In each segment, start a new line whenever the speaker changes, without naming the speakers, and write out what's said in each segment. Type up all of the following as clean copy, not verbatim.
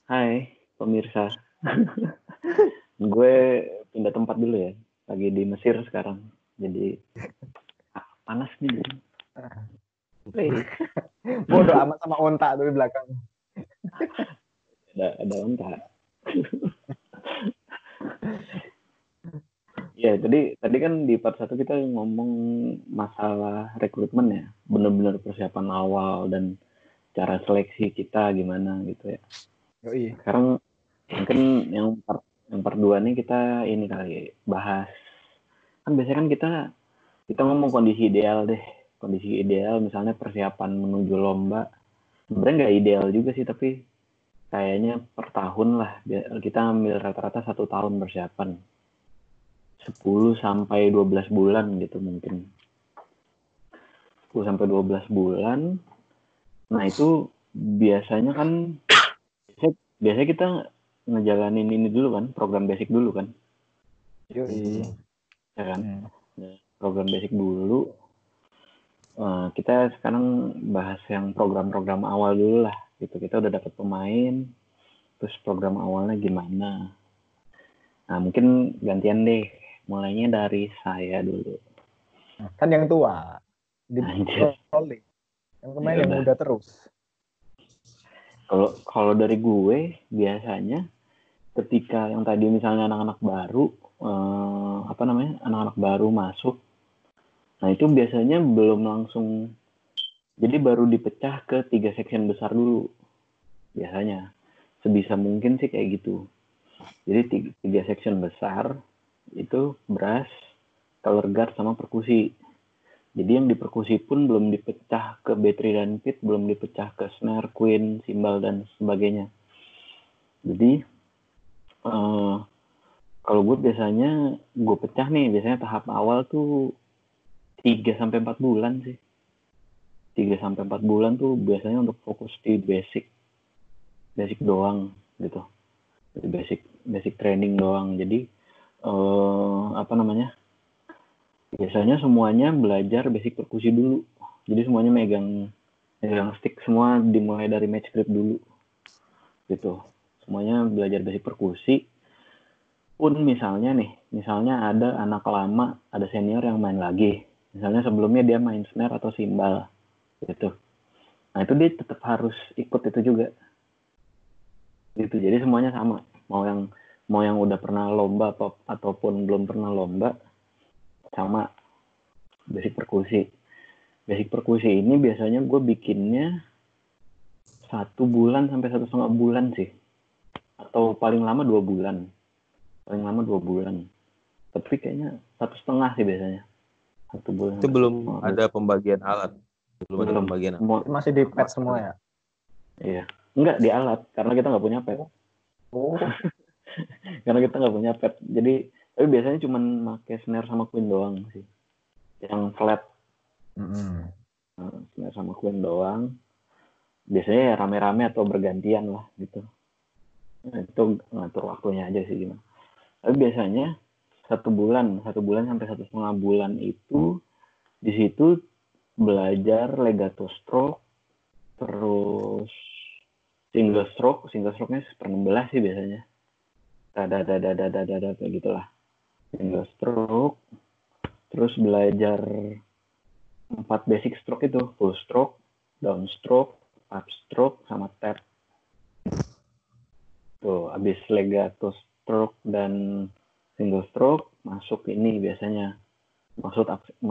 Hai pemirsa, gue pindah tempat dulu ya. Lagi di Mesir sekarang. Jadi panas nih. Wih,
Bodoh amat sama onta tuh di belakang.
ada onta. Ya, tadi kan di part 1 kita ngomong masalah rekrutmen ya. Benar-benar persiapan awal dan cara seleksi kita gimana gitu ya.
Yoi.
Sekarang mungkin yang part 2 nih kita ini kali bahas. Kan biasanya kan kita ngomong kondisi ideal deh. Kondisi ideal misalnya persiapan menuju lomba. Sebenarnya nggak ideal juga sih, tapi kayaknya per tahun lah. Kita ambil rata-rata 1 tahun persiapan. 10 sampai 12 bulan gitu mungkin. 10 sampai 12 bulan. Nah itu biasanya kan, biasanya kita ngejalanin ini dulu kan, program basic dulu kan.
Yoi.
Ya kan? Program basic dulu. Kita sekarang bahas yang program-program awal dulu lah. Gitu. Kita udah dapat pemain, terus program awalnya gimana. Nah mungkin gantian deh, mulainya dari saya dulu.
Kan yang tua. Di
Anjir.
rolling. Yang pemain
Ya
yang
udah.
muda terus.
Kalau dari gue biasanya ketika yang tadi misalnya anak-anak baru, anak-anak baru masuk, nah itu biasanya belum langsung, jadi baru dipecah ke 3 section besar dulu biasanya. Sebisa mungkin sih kayak gitu. Jadi 3 section besar itu brass, color guard sama perkusi. Jadi yang di perkusi pun belum dipecah ke battery dan pit, belum dipecah ke snare, queen, cymbal dan sebagainya. Jadi kalau gue biasanya gue pecah nih, biasanya tahap awal tuh 3 sampai 4 bulan sih. 3 sampai 4 bulan tuh biasanya untuk fokus di basic. Basic doang gitu. Jadi basic training doang. Jadi biasanya semuanya belajar basic perkusi dulu. Jadi semuanya megang stick, semua dimulai dari match grip dulu gitu. Semuanya belajar basic perkusi. Pun misalnya ada anak lama, ada senior yang main lagi. Misalnya sebelumnya dia main snare atau cymbal gitu. Nah itu dia tetap harus ikut itu juga gitu. Jadi semuanya sama. Mau yang udah pernah lomba ataupun belum pernah lomba, sama basic perkusi. Basic perkusi ini biasanya gue bikinnya 1 bulan sampai 1,5 bulan sih, atau paling lama 2 bulan. Tapi kayaknya 1,5 sih biasanya. 1 bulan
Itu
sampai
belum
1,5 bulan.
ada pembagian alat. Belum ada
Belum.
pembagian alat.
Itu masih di pad semua ya?
Iya. Enggak di alat, karena kita nggak punya pad.
Oh.
Karena kita nggak punya pad. Jadi, tapi biasanya cuma pakai snare sama queen doang sih. Yang flat. Snare sama queen doang. Biasanya ya rame-rame atau bergantian lah gitu. Nah, itu ngatur waktunya aja sih gimana. Tapi biasanya 1 bulan sampai 1,5 bulan itu di situ belajar legato stroke, terus single stroke-nya 1/16 sih biasanya. Kayak gitulah. Single stroke, terus belajar 4 basic stroke itu, full stroke, down stroke, up stroke, sama tap. Tuh, abis legato stroke dan single stroke, masuk ini biasanya. Masuk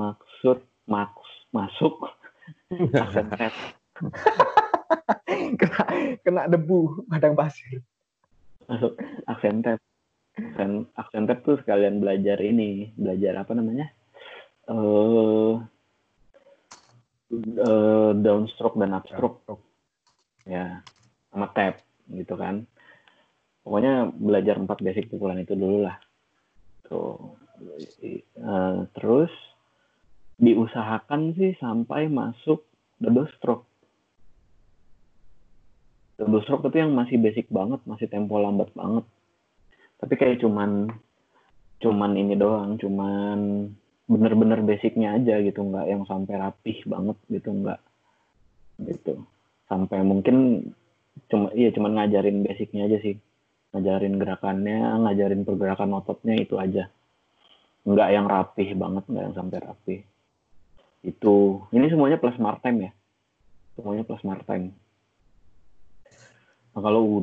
aksen tap.
kena debu padang pasir.
Masuk aksen tap. Aksen tap tuh sekalian belajar apa namanya? Downstroke dan upstroke. Ya, sama tap gitu kan. Pokoknya belajar 4 basic pukulan itu dulu lah. Tuh. Terus diusahakan sih sampai masuk double stroke. Double stroke tapi yang masih basic banget, masih tempo lambat banget. Tapi kayak cuman ini doang, cuman bener-bener basicnya aja gitu, nggak yang sampai rapih banget gitu, nggak gitu. Sampai mungkin cuma ngajarin basicnya aja sih, ngajarin gerakannya, ngajarin pergerakan ototnya, itu aja. Nggak yang rapih banget, nggak yang sampai rapih. Itu ini semuanya plus smart time ya, semuanya plus smart time. Nah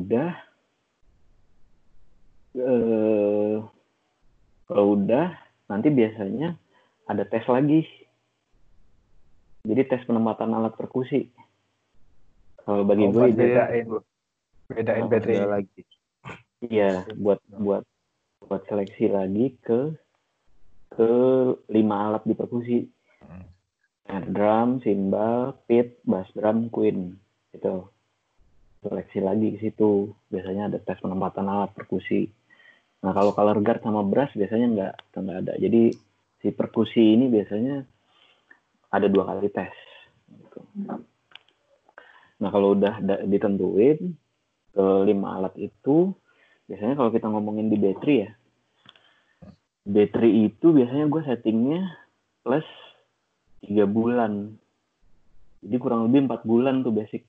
kalau udah nanti biasanya ada tes lagi. Jadi tes penempatan alat perkusi. Kalau bagi gue itu
bedain baterai
lagi.
Iya, buat seleksi lagi ke 5 alat di perkusi. Snare drum, cymbal, pit, bass drum, queen. Gitu. Seleksi lagi ke situ. Biasanya ada tes penempatan alat perkusi. Nah, kalau color guard sama brass biasanya nggak ada. Jadi si perkusi ini biasanya ada 2 kali tes. Gitu. Nah, kalau udah ditentuin ke 5 alat itu, biasanya kalau kita ngomongin di battery ya, battery itu biasanya gue settingnya plus 3 bulan. Jadi kurang lebih 4 bulan tuh basic.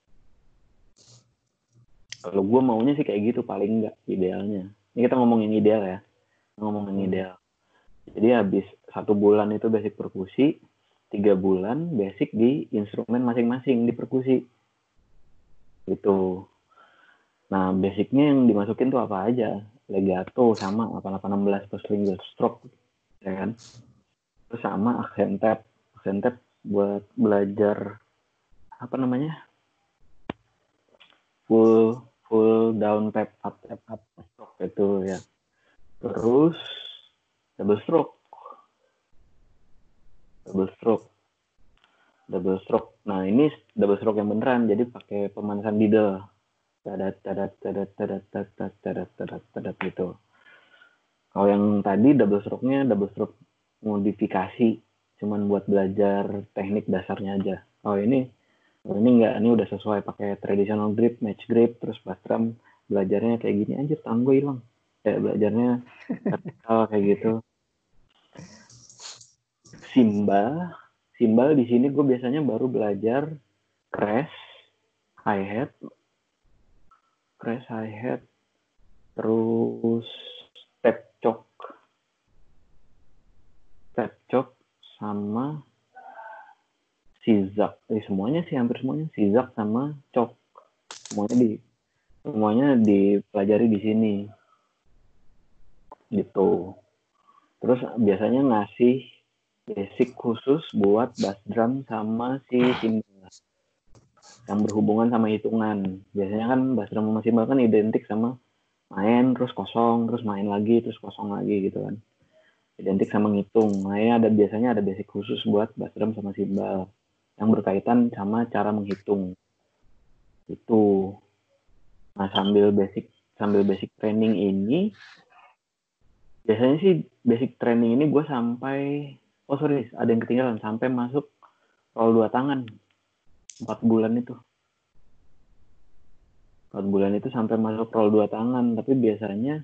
Kalau gue maunya sih kayak gitu, paling nggak idealnya. Ini kita ngomongin ideal ya. Ngomongin ideal. Jadi habis 1 bulan itu basic perkusi, 3 bulan basic di instrumen masing-masing di perkusi. Gitu. Nah, basicnya yang dimasukin tuh apa aja? Legato sama 8816 plus finger stroke, ya kan? Terus sama accent tab buat belajar apa namanya? Full down tap up stroke itu ya. Terus double stroke. Nah, ini double stroke yang beneran, jadi pakai pemanasan needle. Tadat gitu. Kalau yang tadi double stroke modifikasi, cuman buat belajar teknik dasarnya aja. Ini enggak, ini udah sesuai pakai traditional grip, match grip, terus bass drum belajarnya kayak gini, anjir tangan gue hilang. Belajarnya kayak gitu. Cymbal di sini gue biasanya baru belajar crash, hi-hat, terus tap choke sama sizak. Semuanya sih, hampir semuanya sizak sama choke. Semuanya dipelajari di sini. Gitu. Terus biasanya ngasih basic khusus buat bass drum sama si cymbal yang berhubungan sama hitungan. Biasanya kan bass drum sama cymbal kan identik sama main terus kosong, terus main lagi, terus kosong lagi gitu kan. Identik sama ngitung. Nah, biasanya ada basic khusus buat bass drum sama cymbal yang berkaitan sama cara menghitung. Itu. Nah, sambil basic training ini, biasanya sih basic training ini gue sampai, ada yang ketinggalan, sampai masuk roll 2 tangan. 4 bulan itu. 4 bulan itu sampai masuk roll 2 tangan, tapi biasanya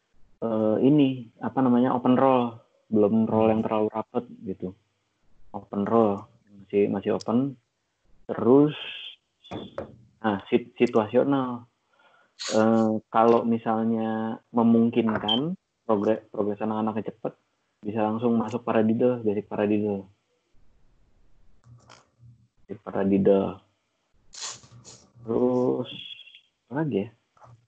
open roll, belum roll yang terlalu rapet gitu. Open roll, masih open. Terus situasional. Kalau misalnya memungkinkan progres anak-anaknya cepat, bisa langsung masuk basic paradiddle. Terus apa lagi ya?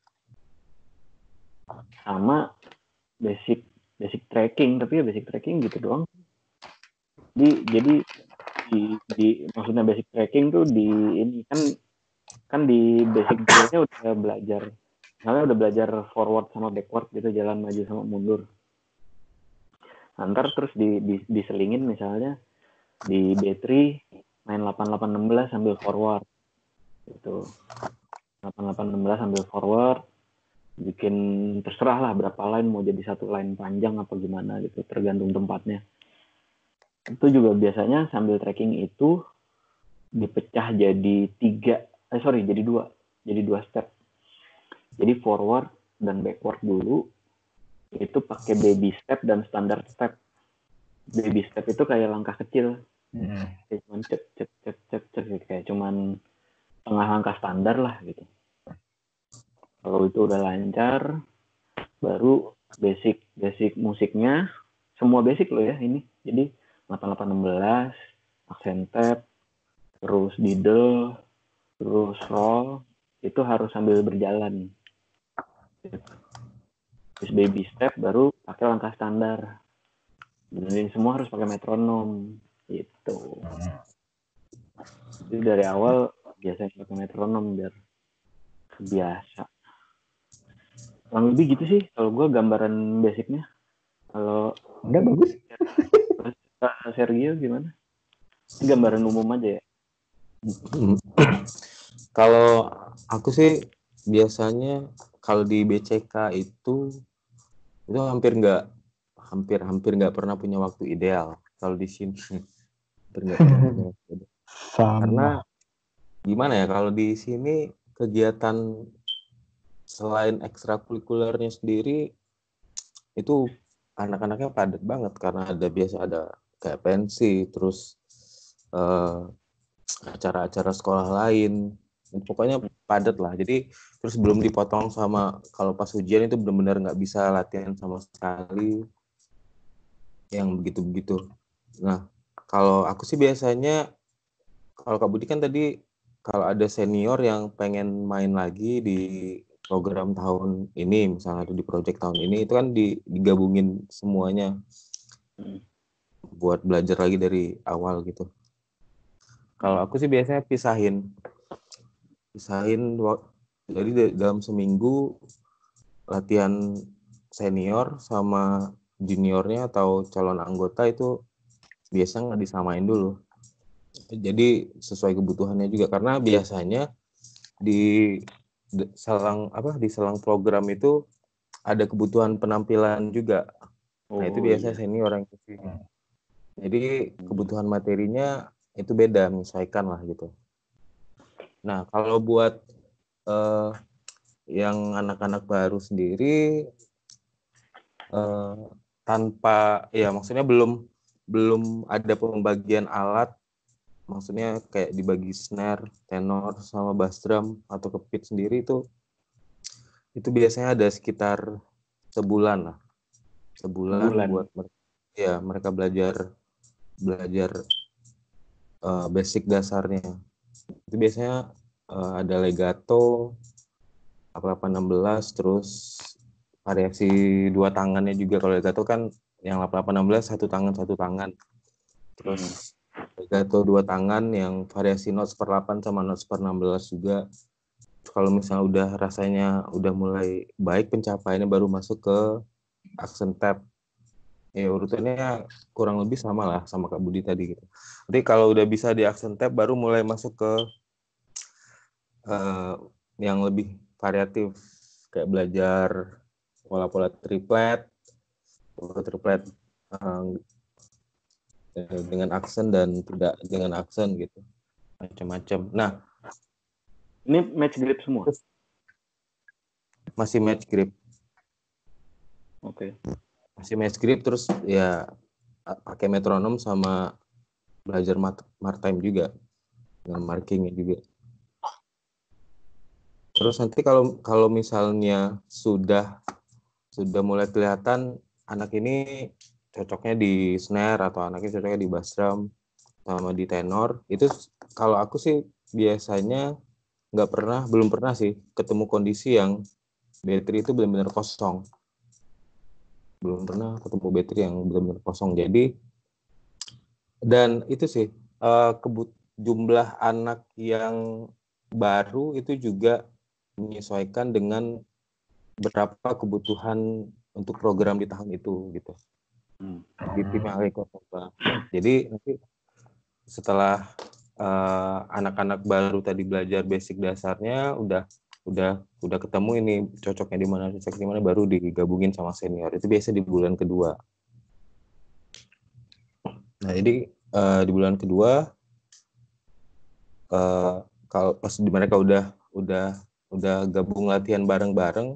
Sama basic tracking, tapi ya basic tracking gitu doang. Jadi maksudnya basic tracking tuh di ini kan di basic drillnya udah belajar forward sama backward gitu, jalan maju sama mundur. Ntar terus diselingin misalnya di battery main 8816 sambil forward gitu. 8816 sambil forward, bikin terserah lah berapa line, mau jadi 1 line panjang apa gimana gitu, tergantung tempatnya. Itu juga biasanya sambil tracking itu dipecah jadi 2 step. Jadi forward dan backward dulu itu pakai baby step dan standard step. Baby step itu kayak langkah kecil, kayak cuman kayak cuman tengah langkah standar lah gitu. Kalau itu udah lancar, baru basic musiknya, semua basic loh ya ini. Jadi 8816, accent tab, terus diddle, terus roll, itu harus sambil berjalan. Terus baby step baru pakai langkah standar. Benerin semua harus pakai metronom gitu. Jadi dari awal biasanya pakai metronom biar biasa. Kurang lebih gitu sih kalau gue gambaran basicnya. Kalau
Enggak bagus.
Sergio gimana? Ini gambaran umum aja ya.
Kalau aku sih biasanya kalau di BCK itu hampir nggak pernah punya waktu ideal. Kalau di sini hampir nggak pernah punya waktu ideal. Karena gimana ya, kalau di sini kegiatan selain ekstrakurikulernya sendiri itu anak-anaknya padat banget karena ada kayak pensi, terus acara-acara sekolah lain, pokoknya padat lah. Jadi terus belum dipotong sama kalau pas ujian itu benar-benar nggak bisa latihan sama sekali yang begitu-begitu. Nah, kalau aku sih biasanya, kalau Kak Budi kan tadi kalau ada senior yang pengen main lagi di program tahun ini, misalnya ada di project tahun ini, itu kan digabungin semuanya buat belajar lagi dari awal gitu. Kalau aku sih biasanya pisahin. Jadi dalam seminggu latihan senior sama juniornya atau calon anggota itu biasanya nggak disamain dulu. Jadi sesuai kebutuhannya juga, karena biasanya di selang program itu ada kebutuhan penampilan juga. Nah itu biasanya senior yang kasih. Jadi kebutuhan materinya itu beda, menyesuaikan lah gitu. Nah kalau buat yang anak-anak baru sendiri, maksudnya belum ada pembagian alat, maksudnya kayak dibagi snare, tenor sama bass drum atau ke pit sendiri, itu biasanya ada sekitar sebulan buat mereka belajar basic dasarnya. Itu biasanya ada legato 8816, terus variasi dua tangannya juga. Kalau legato kan yang 8816 satu tangan, terus legato dua tangan yang variasi notes per 8 sama notes per 16 juga. Kalau misalnya udah rasanya udah mulai baik pencapaiannya, baru masuk ke accent tab. Ya urutannya kurang lebih sama lah sama Kak Budi tadi gitu. Nanti kalau udah bisa di accent tab baru mulai masuk ke yang lebih variatif, kayak belajar pola-pola triplet dengan aksen dan tidak dengan aksen gitu, macam-macam. Nah,
ini match grip semua?
Masih match grip.
Oke.
Masih match grip, terus ya pakai metronom sama belajar martime juga dengan markingnya juga. Terus nanti kalau misalnya sudah mulai kelihatan anak ini cocoknya di snare atau anaknya cocoknya di bass drum sama di tenor, itu kalau aku sih biasanya belum pernah sih ketemu kondisi yang battery itu benar-benar kosong. Belum pernah ketemu battery yang benar-benar kosong. Jadi, dan itu sih jumlah anak yang baru itu juga menyesuaikan dengan berapa kebutuhan untuk program di tahun itu gitu. Di tim yang jadi nanti setelah anak-anak baru tadi belajar basic dasarnya, udah ketemu ini cocoknya di mana, baru digabungin sama senior. Itu biasa di bulan kedua. Nah jadi di bulan kedua kalau pas mereka udah gabung latihan bareng-bareng,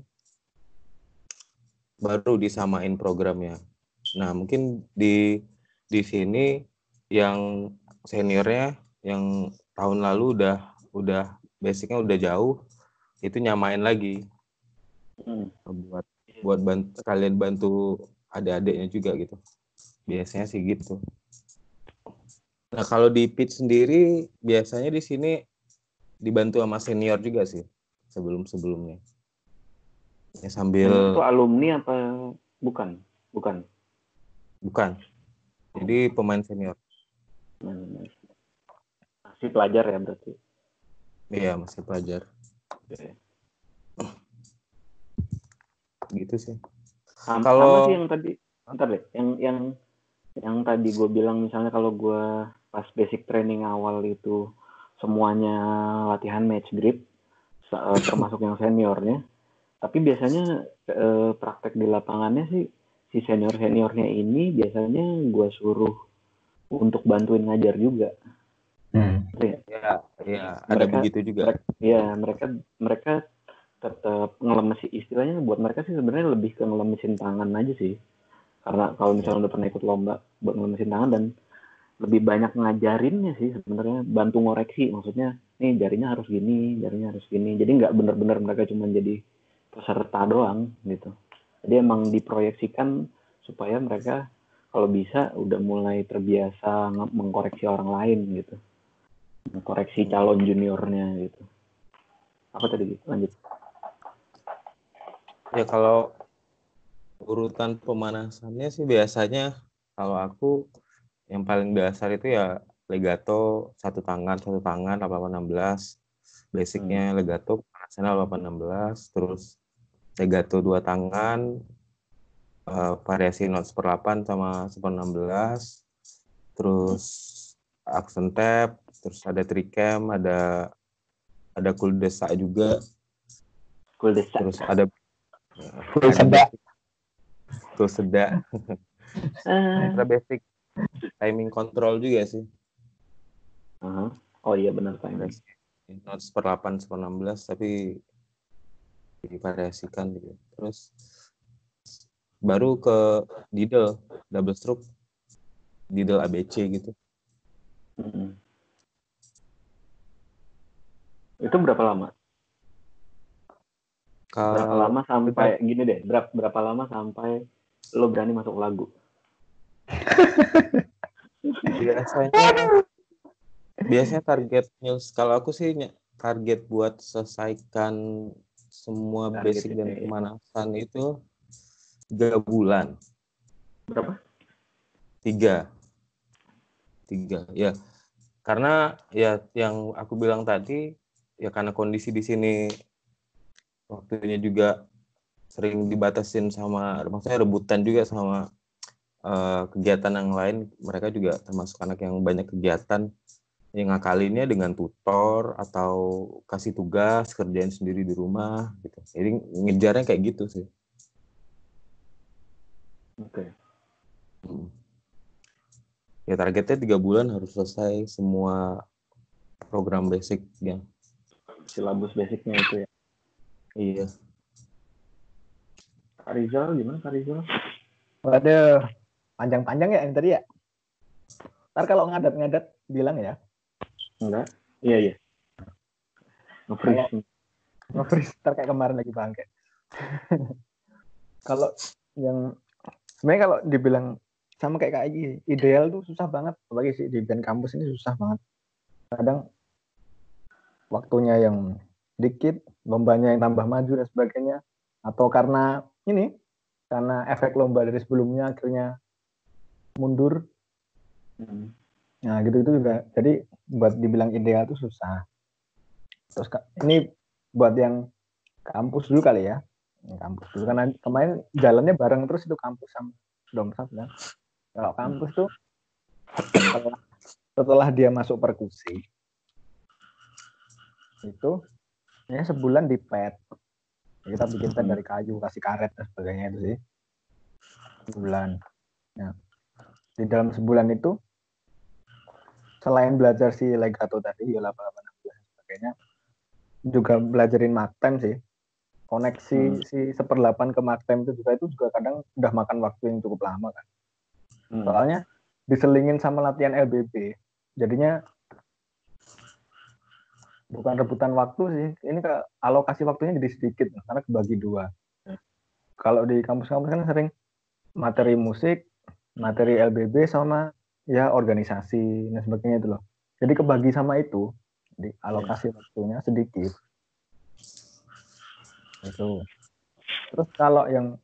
baru disamain programnya. Nah mungkin di sini yang seniornya yang tahun lalu udah basicnya udah jauh, itu nyamain lagi. buat kalian bantu adik-adiknya juga gitu. Biasanya sih gitu. Nah, kalau di pitch sendiri biasanya di sini dibantu sama senior juga sih sebelumnya. Ya, sambil
senior itu alumni apa bukan? Bukan.
Jadi pemain senior.
Masih pelajar ya berarti.
Iya, masih pelajar.
Okay.
Gitu sih.
Sama sih yang tadi. Bentar deh, yang tadi gue bilang misalnya kalau gue pas basic training awal itu semuanya latihan match grip, termasuk yang seniornya. Tapi biasanya praktek di lapangannya sih si seniornya ini biasanya gue suruh untuk bantuin ngajar juga.
Ya, ada begitu juga.
Mereka tetap ngelemesin, istilahnya buat mereka sih sebenarnya lebih ke ngelemesin tangan aja sih. Karena kalau misalnya udah pernah ikut lomba buat ngelemesin tangan dan lebih banyak ngajarinnya sih sebenarnya, bantu ngoreksi, maksudnya nih jarinya harus gini. Jadi nggak bener-bener mereka cuma jadi peserta doang gitu. Jadi emang diproyeksikan supaya mereka kalau bisa udah mulai terbiasa mengkoreksi orang lain gitu, mengkoreksi calon juniornya gitu. Apa tadi gitu? Lanjut.
Ya kalau urutan pemanasannya sih biasanya kalau aku yang paling dasar itu ya legato satu tangan 8816. Basicnya legato pemanasannya 8816, terus legato 2 tangan, variasi not 1/8 sama 1/16, terus accent tap, terus ada tricam, ada cool desa juga.
Cool desa.
Terus ada sedak. Ada basic timing control juga sih.
Oh iya benar timing.
Not 1/8 1/16 tapi divariasikan gitu. Terus baru ke diddle double stroke, diddle ABC gitu.
Itu berapa lama? Berapa lama sampai gini deh? Berapa lama sampai lo berani masuk lagu?
Biasanya target news kalau aku sih target buat selesaikan semua basic dan pemanasan itu 3 bulan.
Berapa?
3 ya. Karena ya yang aku bilang tadi ya karena kondisi di sini waktunya juga sering dibatasin sama, maksudnya rebutan juga sama kegiatan yang lain. Mereka juga termasuk anak yang banyak kegiatan, yang ngakalinnya dengan tutor atau kasih tugas kerjain sendiri di rumah gitu. Jadi ngejarnya kayak gitu sih.
Oke.
Ya targetnya 3 bulan harus selesai semua program basicnya.
Silabus basicnya itu ya.
Iya.
Kak Rizal gimana Kak Rizal?
Waduh, panjang-panjang ya yang tadi ya. Ntar kalau ngadat-ngadat bilang ya.
Enggak? Iya.
Nge-freeze, ntar kayak kemarin lagi bangke. Kalau yang sebenarnya kalau dibilang sama kayak KI, ideal tuh susah banget. Apalagi sih di band kampus ini susah banget. Kadang waktunya yang dikit, lombanya yang tambah maju dan sebagainya. Atau karena efek lomba dari sebelumnya akhirnya mundur. Nah gitu juga. Jadi buat dibilang ideal tuh susah. Terus ini buat yang kampus dulu kali ya. Kampus dulu karena kemarin jalannya bareng terus itu kampus sama domsat kan. Kalau kampus tuh setelah dia masuk perkusi itu ya sebulan di pet. Kita bikin pet dari kayu, kasih karet dan sebagainya itu sih. Sebulan. Nah, di dalam sebulan itu selain belajar si legato tadi, yola 8816 dan sebagainya, juga belajarin maktem sih. Koneksi si 1/8 ke maktem itu juga kadang udah makan waktu yang cukup lama kan. Soalnya diselingin sama latihan LBB. Jadinya bukan rebutan waktu sih. Ini alokasi waktunya jadi sedikit karena kebagi 2. kalau di kampus-kampus kan sering materi musik, materi LBB sama ya organisasi dan sebagainya itu loh. Jadi kebagi sama itu, di alokasi waktunya sedikit. Itu. Terus kalau yang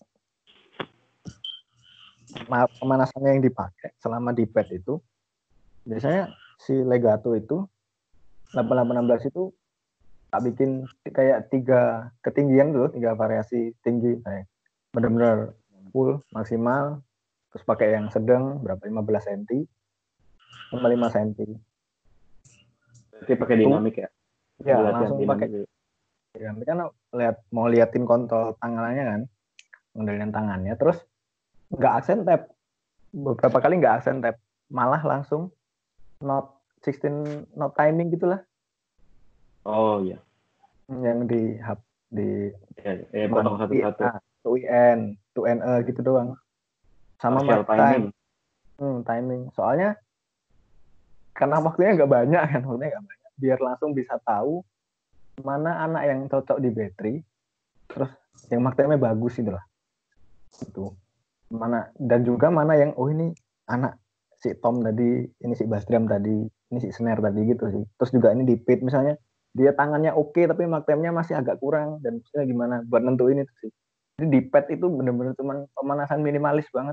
pemanasannya yang dipakai selama di pet itu, biasanya si legato itu 8816 itu tak bikin kayak 3 ketinggian dulu, 3 variasi tinggi kayak benar-benar full maksimal, terus pakai yang sedang berapa 15 cm sama 5 cm.
Berarti pakai dinamik ya?
Ya,
Latihan
langsung pakai
dinamik.
dinamik kan mau liatin kontrol tangannya kan, mengendalikan tangannya, terus nggak aksen tab, beberapa kali nggak aksen tab, malah langsung not 16 not timing gitulah.
Oh iya.
Yang di
potong satu-satu.
2N, 2NE gitu doang. Sama
partial timing.
Timing. Soalnya karena waktunya nggak banyak kan, biar langsung bisa tahu mana anak yang cocok di battery, terus yang maktemnya bagus gitu lah. Itu. Mana dan juga mana yang ini anak si Tom tadi, ini si Basdram tadi, ini si Snare tadi gitu sih. Terus juga ini di pit misalnya dia tangannya oke tapi maktemnya masih agak kurang dan maksudnya gimana buat nentuin itu sih. Jadi di pet itu benar-benar cuma pemanasan minimalis banget.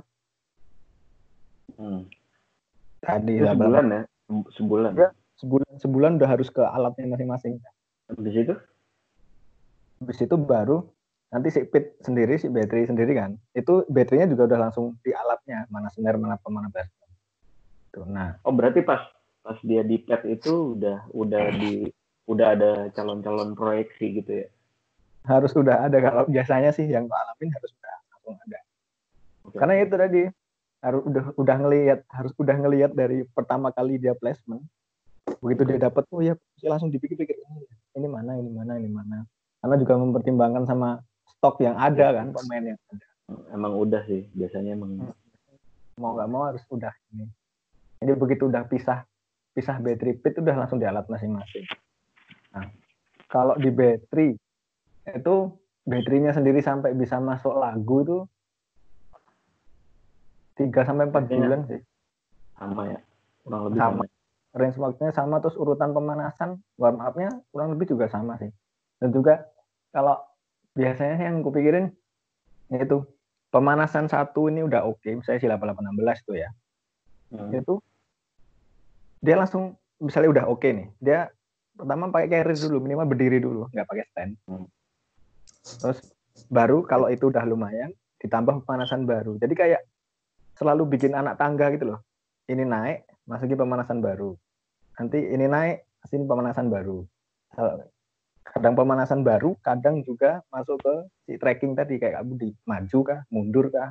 Tadi
itu sebulan ya? Sebulan.
Ya, sebulan udah harus ke alatnya masing-masing. Habis itu baru nanti si pit sendiri, si battery sendiri kan. Itu baterainya juga udah langsung di alatnya, mana snare, mana bass. Nah,
berarti pas dia di pet itu udah ada calon-calon proyeksi gitu ya?
Harus udah ada, kalau biasanya sih yang gue alamin harus udah langsung ada. Karena itu tadi harus udah ngelihat dari pertama kali dia placement. Begitu dia dapat ya langsung dipikir-pikir ini mana. Karena juga mempertimbangkan sama stok yang ada kan, pemain yang ada.
Emang udah sih, biasanya emang
mau nggak mau harus udah ini. Jadi begitu udah pisah battery pit udah langsung di alat masing-masing. Nah, kalau di battery itu baterainya sendiri sampai bisa masuk lagu itu 3-4 bulan sih.
Sama ya, kurang lebih
sama. Range waktunya sama, terus urutan pemanasan warm up-nya kurang lebih juga sama sih. Dan juga kalau biasanya yang kupikirin yaitu pemanasan satu ini udah oke, misalnya si 8816 tuh ya. Itu dia langsung misalnya udah oke nih, dia pertama pakai carrier dulu, minimal berdiri dulu, nggak pakai stand. Terus baru kalau itu udah lumayan ditambah pemanasan baru. Jadi kayak selalu bikin anak tangga gitu loh. Ini naik, masukin pemanasan baru. Nanti ini naik, masukin pemanasan baru. Kadang pemanasan baru, kadang juga masuk ke si tracking tadi, kayak kamu di maju kah, mundur kah.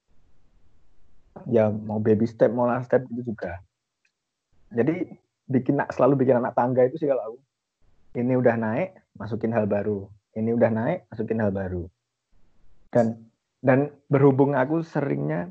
Ya mau baby step, mau last step gitu juga. Jadi selalu bikin anak tangga itu sih kalau aku. Ini udah naik, masukin hal baru. Ini udah naik, masukin hal baru. Dan berhubung aku seringnya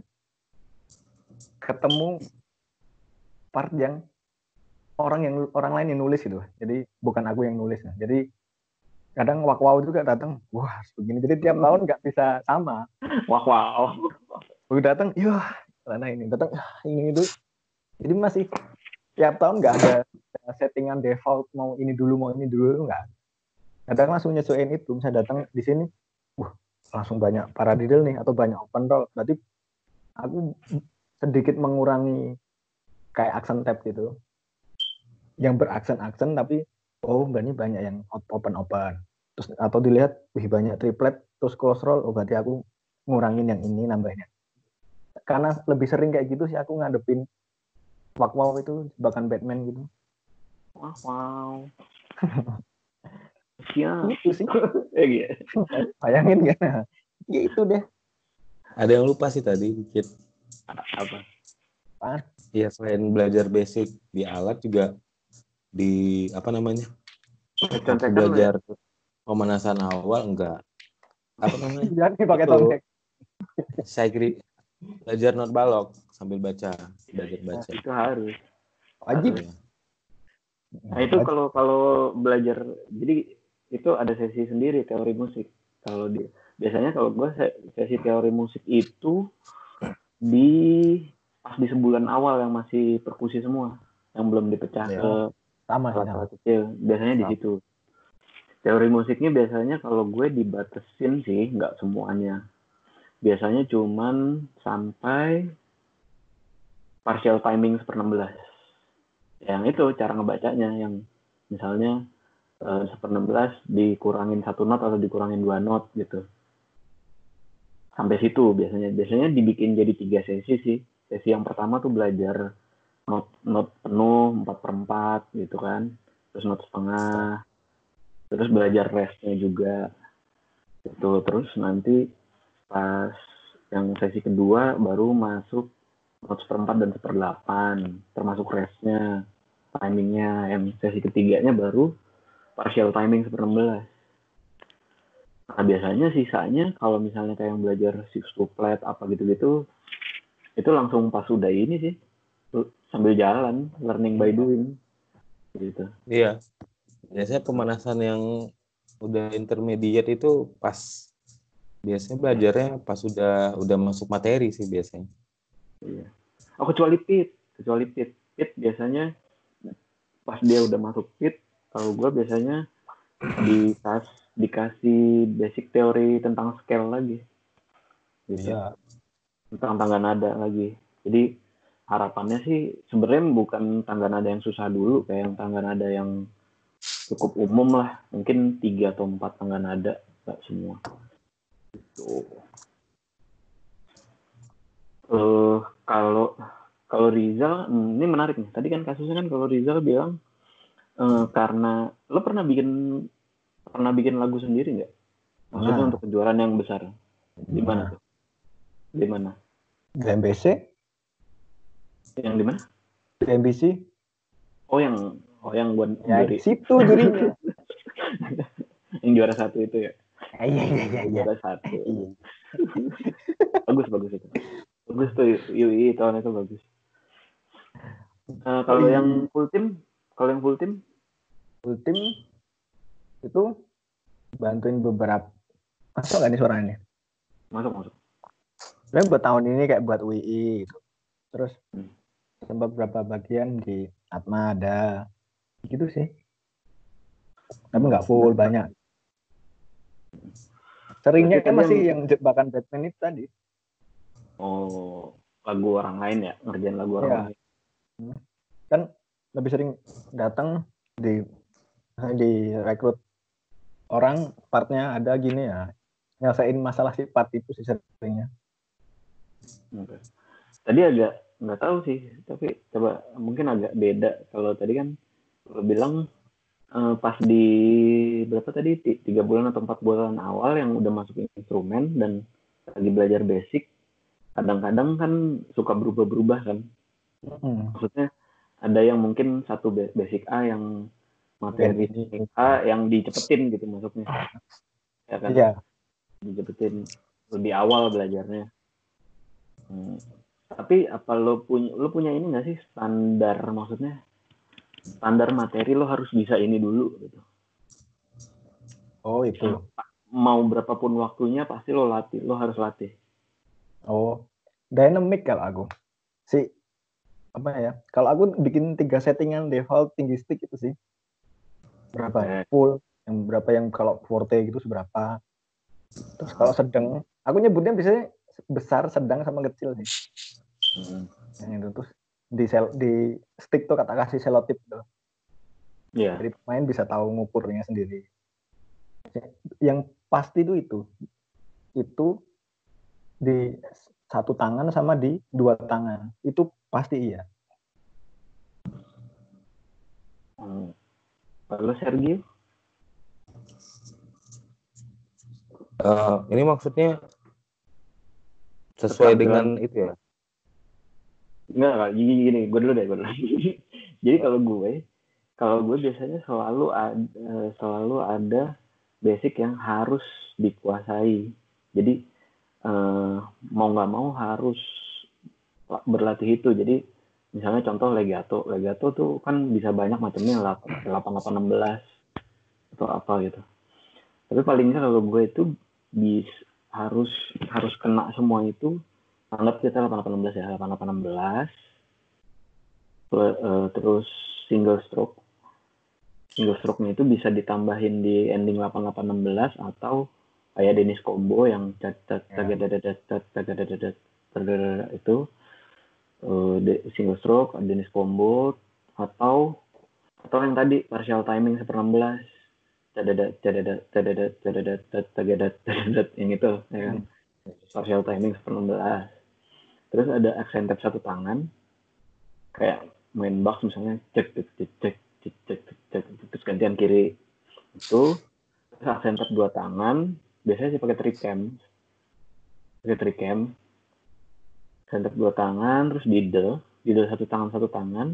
ketemu part yang orang lain yang nulis gitu. Jadi bukan aku yang nulis. Jadi kadang wow juga datang, wah begini. Jadi tiap tahun nggak bisa sama.
Wow.
Begitu datang, karena ini datang ini itu. Jadi masih tiap tahun nggak ada settingan default mau ini dulu nggak. Kadang langsung nyesuaiin itu. Misalnya datang di sini, langsung banyak paradiddle nih atau banyak open roll. Berarti aku sedikit mengurangi kayak accent tab gitu. Yang beraksen-aksen tapi berarti banyak yang open. Terus atau dilihat banyak triplet terus close roll, berarti aku ngurangin yang ini nambahnya. Karena lebih sering kayak gitu sih aku ngadepin wow itu bahkan Batman gitu.
Wow. Siap.
Itu sih. Bayangin kan. Ya itu deh.
Ada yang lupa sih tadi dikit.
Apa?
Ya selain belajar basic di alat juga di belajar pemanasan awal enggak
Jangan pakai tombek.
Saya belajar not balok sambil belajar baca.
Itu harus
wajib.
Nah itu kalau belajar, jadi itu ada sesi sendiri teori musik. Kalau biasanya kalau gue sesi teori musik itu pas di sebulan awal yang masih perkusi semua, yang belum dipecah
Ya,
ke
sama sih,
alat-alat kecil. Biasanya di situ. Teori musiknya biasanya kalau gue dibatasin sih, nggak semuanya. Biasanya cuman sampai partial timing 1/16. Yang itu cara ngebacanya, yang misalnya 1/16 dikurangin 1 not atau dikurangin 2 not gitu. Sampai situ biasanya dibikin jadi 3 sesi sih. Sesi yang pertama tuh belajar not penuh 4/4 gitu kan, terus not setengah, terus belajar restnya juga gitu. Terus nanti pas yang sesi kedua baru masuk not 1/4 dan 1/8 termasuk restnya, timingnya. Yang sesi ketiganya baru partial timing 1/16. Nah biasanya sisanya kalau misalnya kayak yang belajar six flat apa gitu-gitu, itu langsung pas udah ini sih, sambil jalan, learning by doing gitu.
Iya. Biasanya pemanasan yang udah intermediate itu biasanya belajarnya pas udah masuk materi sih biasanya.
Iya. Oh kecuali pit biasanya pas dia udah masuk pit, kalau gue biasanya dikasih basic teori tentang scale lagi gitu.
Iya.
Tentang tangga nada lagi. Jadi harapannya sih sebenarnya bukan tangga nada yang susah dulu, kayak yang tangga nada yang cukup umum lah, mungkin 3 atau 4 tangga nada, nggak semua gitu. Kalau Rizal, ini menarik nih, tadi kan kasusnya kan kalau Rizal bilang karena lo pernah bikin lagu sendiri nggak? Maksudnya untuk kejuaraan yang besar. Di mana tuh? Di mana?
Di MBC.
Yang di mana?
Di MBC.
Oh yang buat
ya,
juri.
Situ jurinya.
Yang juara 1 itu ya?
Iya.
Juara 1. bagus itu. Bagus tuh UI tahun itu bagus. Kalau yang full team
itu bantuin beberapa. Masuk nggak nih suaranya?
Masuk.
Sebenarnya buat tahun ini kayak buat UI gitu. Terus sempat beberapa bagian di Atma ada gitu sih. Tapi nggak full, banyak. Seringnya masih yang jebakan Batman itu tadi.
Oh, lagu orang lain ya, ngerjain lagu orang lain.
Kan lebih sering datang di rekrut orang, partnya ada gini ya, nyelesain masalah sifat itu sih seringnya.
Okay. Tadi agak nggak tahu sih, tapi coba mungkin agak beda. Kalau tadi kan lo bilang pas di berapa tadi 3 bulan atau 4 bulan awal yang udah masuk instrumen dan lagi belajar basic, kadang-kadang kan suka berubah-berubah kan. Maksudnya ada yang mungkin satu basic A yang materi A yang dicepetin gitu masuknya, ya kan?
Iya.
Dicepetin lebih awal belajarnya. Tapi apa lo punya ini nggak sih standar, maksudnya standar materi lo harus bisa ini dulu gitu.
Oh itu.
Mau berapapun waktunya pasti lo harus latih.
Oh, dynamic kalau aku. Apa ya? Kalau aku bikin 3 settingan default tinggi stick itu sih. Berapa? Full, yang berapa yang kalau forte gitu seberapa. Terus kalau sedang, aku nyebutnya biasanya besar, sedang sama kecil sih. Yang itu terus di stick tuh kasih selotip tuh.
Yeah.
Jadi pemain bisa tahu ngukurnya sendiri. Yang pasti itu di 1 tangan sama di 2 tangan itu pasti iya.
Lalu Sergio?
Ini maksudnya sesuai dengan itu ya?
Enggak, gini, gue dulu deh. Jadi kalau gue biasanya selalu ada basic yang harus dikuasai. Jadi mau nggak mau harus berlatih itu. Jadi misalnya contoh legato tuh kan bisa banyak macamnya, 8/16 atau apa gitu. Tapi paling nggak kalau gue itu harus kena semua itu. Anggap kita 8816 ya, 8816. Terus single stroke-nya itu bisa ditambahin di ending 8816 atau kayak Dennis Combo yang itu single stroke, Dennis Combo atau yang tadi partial timing 1/16 yang itu ya kan, partial timing 1/16. Terus ada accent tap satu tangan kayak main box misalnya cek terus gantian kiri itu. Terus accent tap dua tangan biasanya sih pakai tricam accent tap dua tangan, terus diddle satu tangan,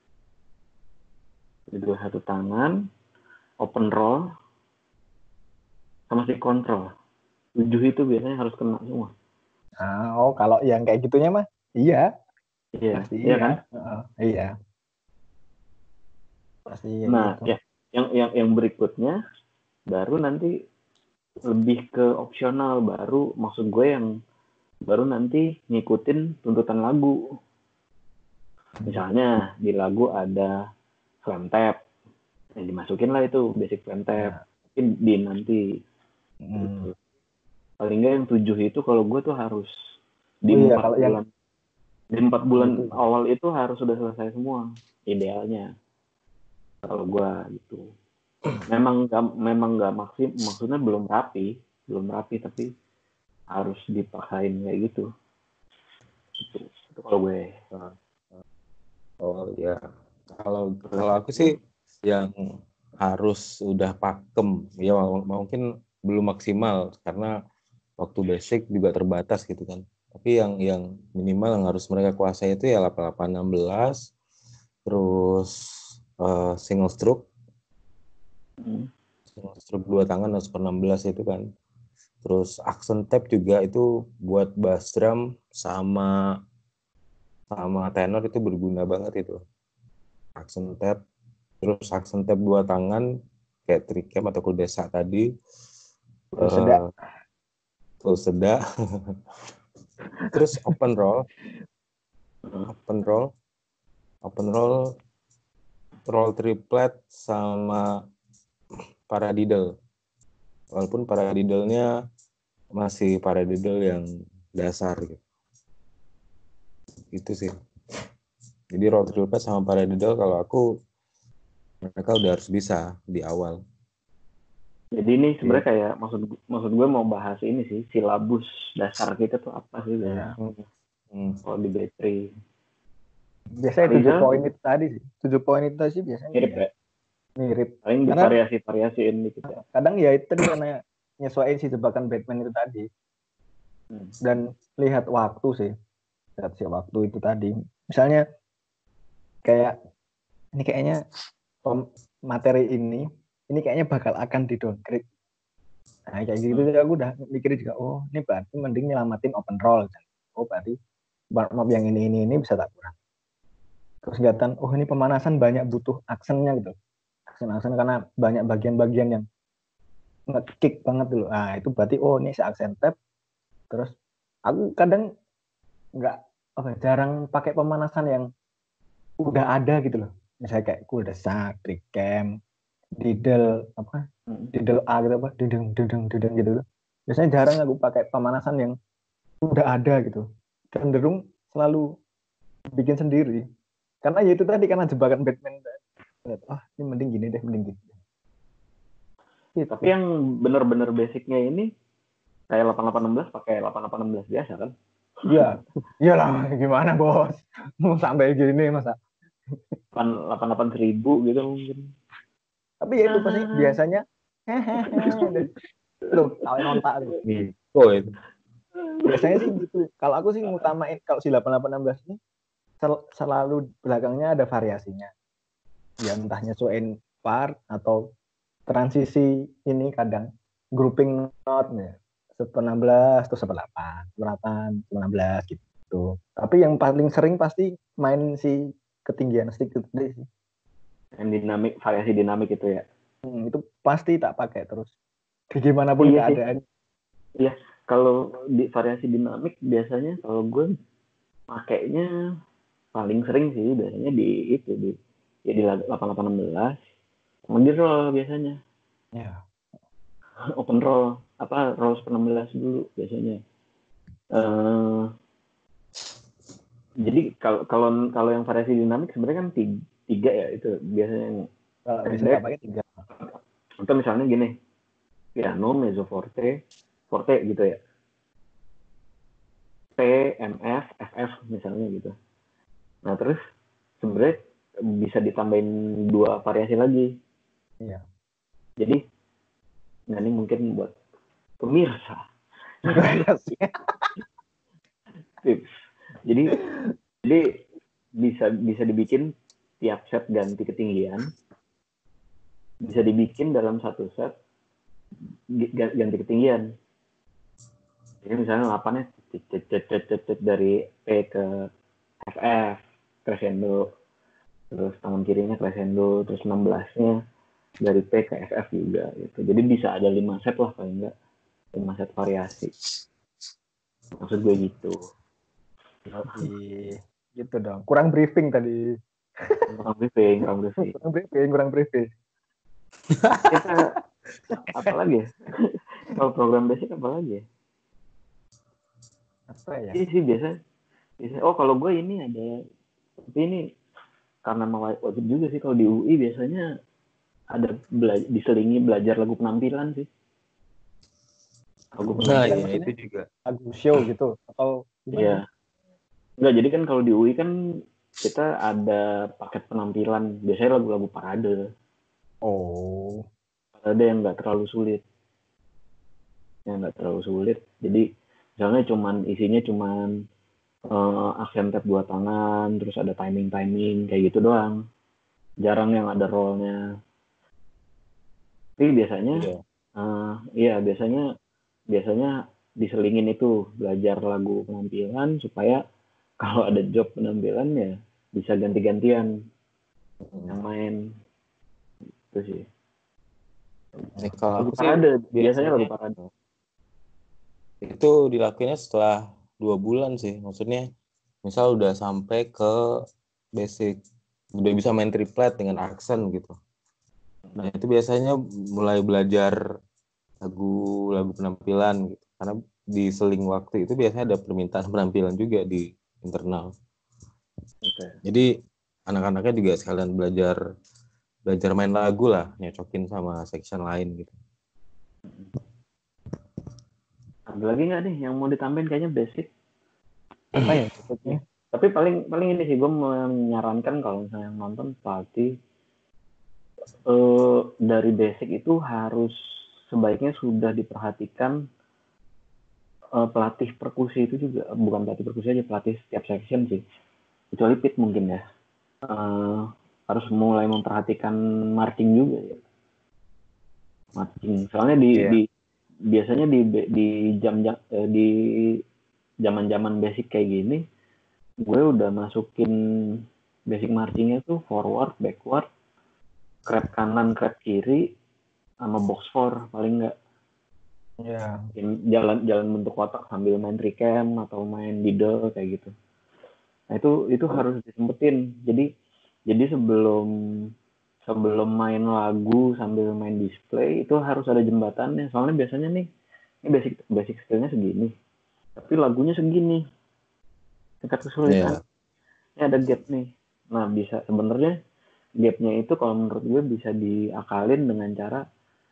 diddle satu tangan, open roll sama stick control. 7 itu biasanya harus kena semua.
Oh, kalau yang kayak gitunya mah iya.
Iya,
Pasti
iya kan?
Iya. Pasti ya
Nah,
gitu.
ya, yang berikutnya baru nanti lebih ke opsional, baru maksud gue yang baru nanti ngikutin tuntutan lagu. Misalnya di lagu ada slam tap, ya dimasukin lah itu basic slam tap. Mungkin di nanti gitu. Paling nggak yang 7 itu kalau gue tuh harus di 4 bulan. Di 4 bulan itu, awal itu harus sudah selesai semua idealnya. Kalau gue gitu. Memang nggak maksudnya belum rapi tapi harus dipaksain kayak gitu. Itu kalau gue.
Oh ya, kalau aku sih yang harus udah pakem ya, mungkin belum maksimal karena waktu basic juga terbatas gitu kan. Tapi yang minimal yang harus mereka kuasai itu ya 8816, terus single stroke dua tangan harus per 16 itu kan. Terus accent tap juga itu buat bass drum sama tenor itu berguna banget itu. Accent tap, terus accent tap dua tangan kayak tricam atau kudesa tadi. Terus sedak. Terus open roll, roll triplet sama paradiddle. Walaupun paradiddle-nya masih paradiddle yang dasar gitu. Itu sih. Jadi roll triplet sama paradiddle kalau aku mereka udah harus bisa di awal.
Jadi ini sebenarnya kayak maksud gue mau bahas ini sih, silabus dasar kita tuh apa sih ya. Kalau di battery.
Biasanya 7 poin itu tadi sih. 7 poin itu sih biasanya
mirip ya.
Mirip.
Paling variasiin dikit ya.
Kadang ya itu karena nyesuaiin si jebakan Batman itu tadi. Dan lihat waktu sih. Lihat si waktu itu tadi. Misalnya kayak ini kayaknya materi ini kayaknya bakal akan di downgrade. Nah kayak gitu aku udah mikir juga, oh ini berarti mending nyelamatin open roll. Oh berarti mob yang ini bisa tak kurang. Terus kelihatan, oh ini pemanasan banyak butuh aksennya gitu. Aksen karena banyak bagian-bagian yang nge-kick banget dulu. Nah itu berarti oh ini si aksen tap. Terus aku kadang jarang pakai pemanasan yang udah ada gitu loh. Misalnya kayak kudesa, tricam, diddle A gitu apa, dideng gitu. Biasanya jarang aku pakai pemanasan yang udah ada gitu. Cenderung selalu bikin sendiri. Karena ya itu tadi karena jebakan Batman. Ini mending gini deh, mending gitu.
Tapi yang bener-bener basicnya ini kayak 8816 pakai 8816 biasa kan?
Iya, iyalah gimana bos? Mau sampai gini masa?
88.000 gitu mungkin.
Tapi ya itu pasti biasanya loh, kawin ontak tuh.
Oh itu.
Biasanya sih gitu. Kalau aku sih ngutamain kalau si 8816 ini selalu belakangnya ada variasinya. Ya entah nyesuaiin part atau transisi ini kadang grouping note ya. 16 atau 18, 16 gitu. Tapi yang paling sering pasti main si ketinggian stick itu sih.
Yang variasi dinamik itu ya.
Itu pasti tak pakai terus. Gimana pun keadaan.
Iya, Kalau di variasi dinamik biasanya kalau gue pakainya paling sering sih biasanya di 8816 sama di roll biasanya.
Ya.
Open roll roll 16 dulu biasanya. Jadi kalau yang variasi dinamik sebenarnya kan tiga ya itu biasanya yang
Bisa nggak pakai 3.
atau misalnya gini, piano, mezzo forte gitu ya, P, MF, FF misalnya gitu. Nah terus sebenarnya bisa ditambahin 2 variasi lagi.
Iya.
Jadi ini mungkin buat pemirsa tips. Jadi bisa dibikin tiap set ganti ketinggian, bisa dibikin dalam satu set ganti ketinggian. Jadi misalnya 8-nya dari P ke FF crescendo, terus tangan kirinya crescendo, terus 16-nya dari P ke FF juga gitu. Jadi bisa ada 5 set lah paling enggak, 5 set variasi. Maksud gue gitu.
Gitu dong. Kurang briefing tadi.
Kurang briefing.
Kurang briefing.
Kita apa lagi ya? Kalau program basic apa lagi ya?
Apa ya?
Ini sih biasa. Oh kalau gue ini ada, tapi ini karena wajib juga sih kalau di UI biasanya ada diselingi belajar lagu penampilan sih. Lagu penampilan
iya itu juga.
Lagu show gitu atau gimana?
Iya. Enggak, jadi kan kalau di UI kan kita ada paket penampilan, biasanya lagu-lagu parade.
Oh.
Parade yang nggak terlalu sulit. Jadi misalnya isinya cuman aksen tap 2 tangan, terus ada timing kayak gitu doang. Jarang yang ada roll-nya. Tapi biasanya biasanya diselingin itu belajar lagu penampilan supaya kalau ada job penampilan ya bisa ganti-gantian yang main. Itu sih.
Kalau
Lagu
aku sih
parade, biasanya lagu parade.
Itu dilakuinnya setelah 2 bulan sih. Maksudnya misal udah sampai ke basic, udah bisa main triplet dengan aksen gitu. Nah itu biasanya mulai belajar lagu penampilan gitu. Karena di seling waktu itu biasanya ada permintaan penampilan juga di internal.
Okay.
Jadi anak-anaknya juga sekalian belajar main lagu lah, nyocokin sama section lain gitu.
Ada lagi nggak nih yang mau ditambahin? Kayaknya basic.
Apa ya?
Tapi paling ini sih gue menyarankan kalau misalnya nonton pelatih dari basic itu harus sebaiknya sudah diperhatikan pelatih perkusi itu juga, bukan pelatih perkusi aja, pelatih setiap section sih, kecuali pit mungkin ya, harus mulai memperhatikan marching juga ya, marching. Soalnya biasanya di zaman basic kayak gini, gue udah masukin basic marchingnya tuh forward, backward, crab kanan, crab kiri, sama box 4 paling enggak.
Ya.
Jalan bentuk kotak sambil main tricam atau main diddle kayak gitu. Nah itu harus disempetin. Jadi sebelum main lagu sambil main display itu harus ada jembatannya. Soalnya biasanya nih ini basic skillnya segini, tapi lagunya segini, tingkat kesulitan. Ini ada gap nih. Nah bisa sebenarnya gapnya itu kalau menurut gue bisa diakalin dengan cara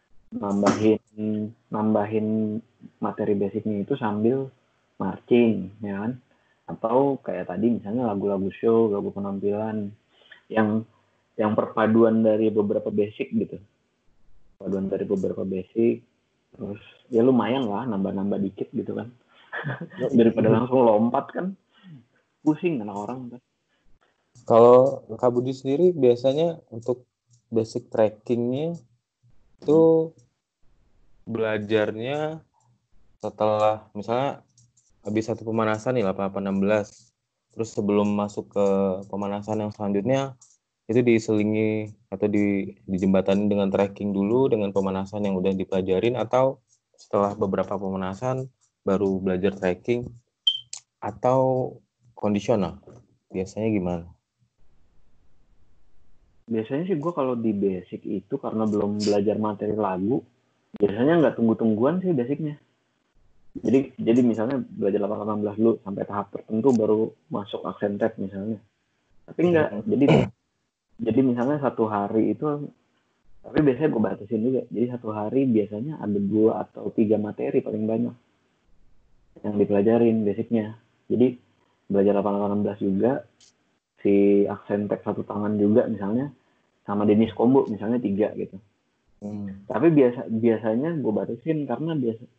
nambahin materi basicnya itu sambil marching, ya kan? Atau kayak tadi misalnya lagu-lagu show, lagu penampilan yang perpaduan dari beberapa basic gitu. Perpaduan dari beberapa basic, terus ya lumayan lah nambah-nambah dikit gitu kan. Daripada langsung lompat kan, pusing kan orang kan.
Kalau Kak Budi sendiri biasanya untuk basic trackingnya itu belajarnya setelah misalnya habis satu pemanasan nih 8816, terus sebelum masuk ke pemanasan yang selanjutnya itu diselingi atau dijembatani dengan tracking dulu dengan pemanasan yang udah dipelajarin, atau setelah beberapa pemanasan baru belajar tracking atau kondisional? Biasanya gimana?
Biasanya sih gue kalau di basic itu karena belum belajar materi lagu, biasanya nggak tunggu-tungguan sih basicnya. Jadi misalnya belajar 8-18 dulu sampai tahap tertentu baru masuk accent tab misalnya. Tapi enggak, jadi misalnya satu hari itu, tapi biasanya gue batasin juga. Jadi satu hari biasanya ada 2 atau 3 materi paling banyak yang dipelajarin basicnya. Jadi belajar 8-18 juga, si accent tab satu tangan juga misalnya, sama Dennis Combo misalnya 3 gitu. Tapi biasanya gue batasin karena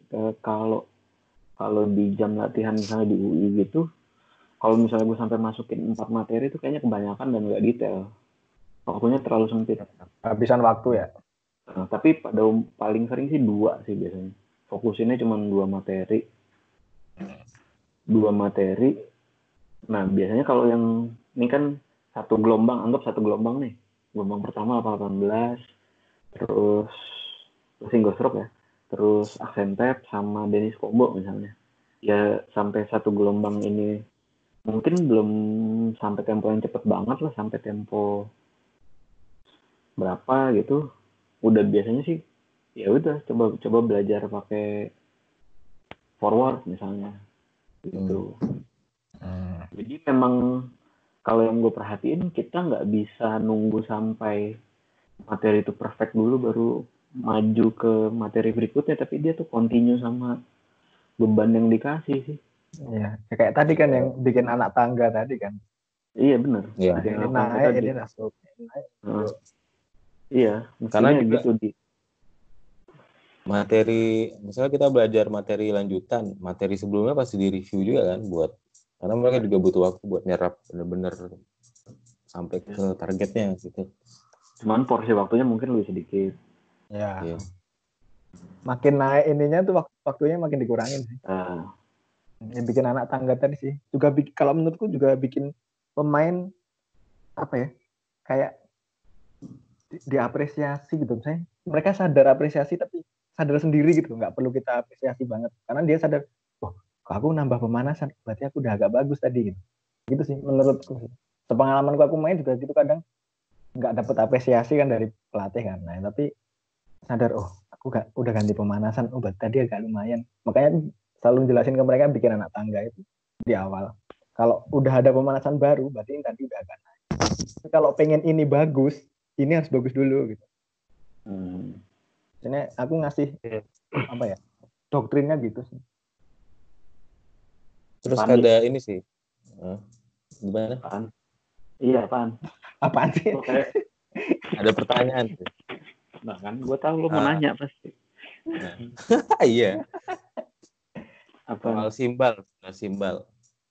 kalau di jam latihan misalnya di UI gitu, kalau misalnya gue sampai masukin 4 materi itu kayaknya kebanyakan dan nggak detail. Waktunya terlalu sempit.
Habisan waktu ya.
Nah, tapi pada paling sering sih 2 sih biasanya. Fokusinnya cuma 2 materi. 2 materi. Nah, biasanya kalau yang ini kan satu gelombang, anggap satu gelombang nih. Gelombang pertama 18, terus single stroke ya. Terus accent tab sama Dennis Combo misalnya. Ya sampai satu gelombang ini mungkin belum sampai tempo yang cepet banget lah, sampai tempo berapa gitu. Udah biasanya sih ya udah coba belajar pakai forward misalnya gitu. Jadi memang kalau yang gue perhatiin kita nggak bisa nunggu sampai materi itu perfect dulu baru maju ke materi berikutnya, tapi dia tuh continue sama beban yang dikasih sih.
Iya, kayak tadi kan yang bikin anak tangga tadi kan.
Iya benar.
Iya.
Ini naik, ini masuk.
Iya,
Karena
mestinya
juga
gitu di
materi, misalnya kita belajar materi lanjutan, materi sebelumnya pasti di-review juga kan, karena mereka juga butuh waktu buat nyerap benar-benar sampai ke targetnya gitu.
Cuman porsi waktunya mungkin lebih sedikit.
Ya.
Iya.
Makin naik ininya tuh waktunya makin dikurangin sih. Yang bikin anak tangga tadi sih. Juga kalau menurutku juga bikin pemain apa ya? Kayak diapresiasi gitu. Misalnya mereka sadar apresiasi tapi sadar sendiri gitu. Nggak perlu kita apresiasi banget. Karena dia sadar, oh aku nambah pemanasan, berarti aku udah agak bagus tadi gitu. Gitu sih menurutku. Sepengalamanku aku main juga gitu kadang nggak dapet apresiasi kan dari pelatih kan. Nah tapi sadar, oh aku udah ganti pemanasan, oh berarti tadi agak lumayan. Makanya selalu jelasin ke mereka bikin anak tangga itu di awal. Kalau udah ada pemanasan baru, berarti ini tadi udah agak naik. Kalau pengen ini bagus, ini harus bagus dulu gitu. Jadi aku ngasih apa ya, doktrinnya gitu sih.
Terus
Apaan,
ada ini sih, gimana?
Apaan? Iya apaan?
Apaan sih?
Okay.
Ada pertanyaan sih.
Nah kan, gue tahu lo mau nanya pasti.
Iya.
Apaan?
Soal simbal.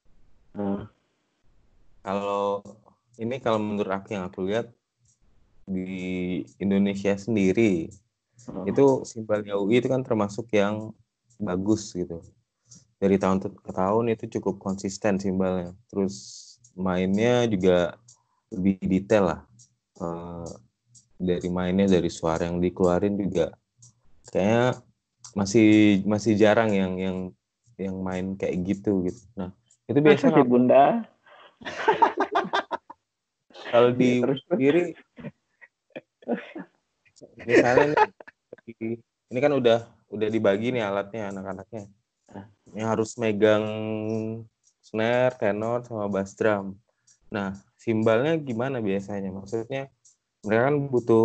Kalau menurut aku yang aku lihat di Indonesia sendiri itu simbalnya UI itu kan termasuk yang bagus gitu. Dari tahun ke tahun itu cukup konsisten simbalnya. Terus mainnya juga lebih detail lah. Dari mainnya, dari suara yang dikeluarin juga kayaknya masih jarang yang main kayak gitu. Nah, itu biasanya
sih Bunda.
Kalau di sendiri misalnya ini kan udah dibagi nih alatnya anak-anaknya. Yang harus megang snare, tenor, sama bass drum. Nah, simbalnya gimana biasanya? Maksudnya mereka kan butuh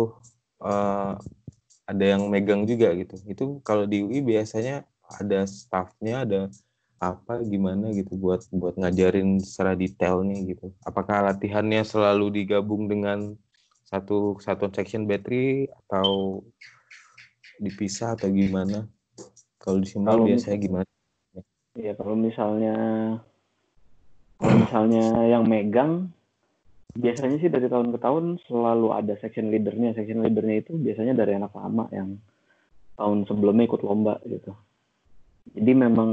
ada yang megang juga gitu. Itu kalau di UI biasanya ada staffnya, ada apa gimana gitu buat ngajarin secara detailnya gitu. Apakah latihannya selalu digabung dengan satu section battery atau dipisah atau gimana? Kalau di simbal biasanya gimana?
Iya, kalau misalnya yang megang biasanya sih dari tahun ke tahun selalu ada section leadernya. Section leadernya itu biasanya dari anak lama yang tahun sebelumnya ikut lomba gitu. Jadi memang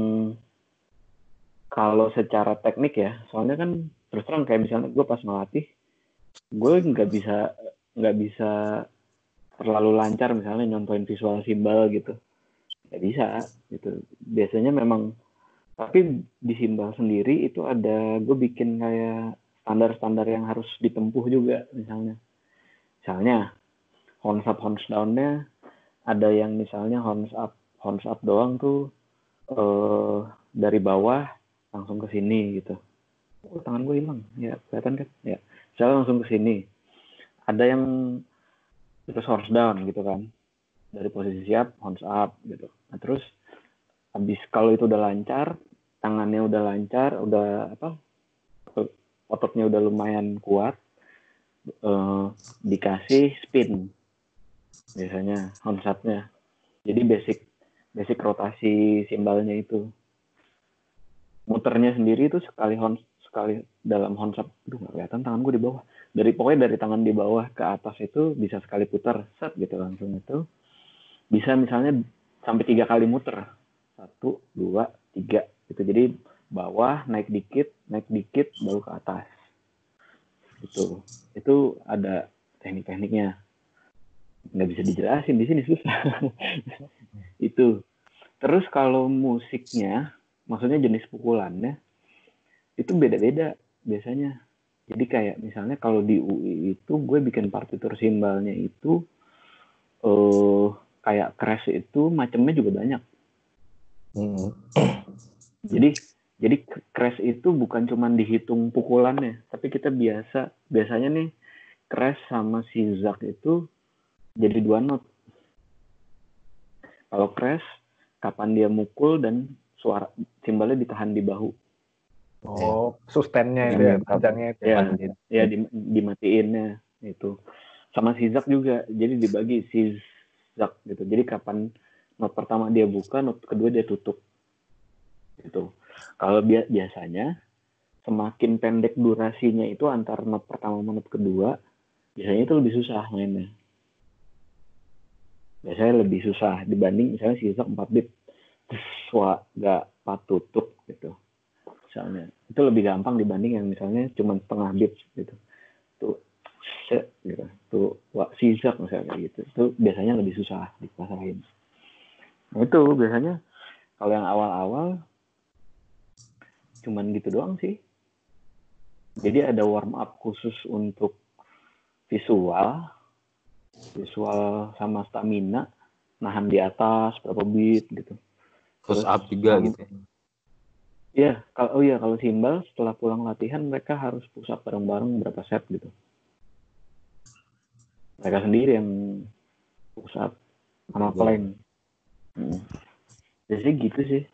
kalau secara teknik ya, soalnya kan terus terang kayak misalnya gue pas ngelatih, gue nggak bisa terlalu lancar misalnya nyontoin visual simbal gitu, nggak bisa gitu. Biasanya memang Tapi di Simbal sendiri itu ada, gue bikin kayak standar-standar yang harus ditempuh juga. Misalnya horns up, horns down-nya ada yang misalnya horns up doang tuh dari bawah langsung ke sini gitu. Tangan gue hilang, ya kelihatan kan? Ya, misalnya langsung ke sini. Ada yang terus horns down gitu kan, dari posisi siap horns up gitu. Nah terus habis kalau itu udah lancar, tangannya udah lancar, udah ototnya udah lumayan kuat, dikasih spin biasanya horns up-nya. Jadi basic rotasi simbalnya itu, muternya sendiri itu sekali dalam horns up, nggak kelihatan tangan gue di bawah, pokoknya dari tangan di bawah ke atas itu bisa sekali putar set gitu langsung. Itu bisa misalnya sampai 3 kali muter, 1, 2, 3 gitu. Jadi bawah naik dikit baru ke atas gitu. Itu ada teknik-tekniknya, nggak bisa dijelasin di sini, susah. Itu terus kalau musiknya, maksudnya jenis pukulannya itu beda-beda biasanya. Jadi kayak misalnya kalau di UI itu gue bikin partitur simbalnya itu kayak crash itu macamnya juga banyak. Jadi crash itu bukan cuma dihitung pukulannya, tapi kita biasanya nih crash sama zigzag itu jadi 2 not. Kalau crash kapan dia mukul dan suara simbalnya ditahan di bahu.
Oh, sustennya itu ya, panjangnya itu.
Ya dimatiin itu. Sama zigzag juga, jadi dibagi zigzag gitu. Jadi kapan not pertama dia buka, not kedua dia tutup. Gitu. Kalau biasanya semakin pendek durasinya itu antar not pertama sama not kedua, biasanya itu lebih susah mainnya. Biasanya lebih susah dibanding misalnya zigzag 4 beat, terus gak tutup gitu. Misalnya itu lebih gampang dibanding yang misalnya cuma setengah beat gitu. Tuh gitu. Tuh zigzag misalnya kayak gitu. Itu biasanya lebih susah dipasarin. Nah, itu biasanya kalau yang awal-awal cuman gitu doang sih. Jadi ada warm up khusus untuk visual sama stamina, nahan di atas berapa beat gitu.
Push up juga gitu.
Iya, kalau simbal setelah pulang latihan mereka harus push up bareng-bareng berapa set gitu. Mereka sendiri yang push up sama plank. Jadi gitu sih.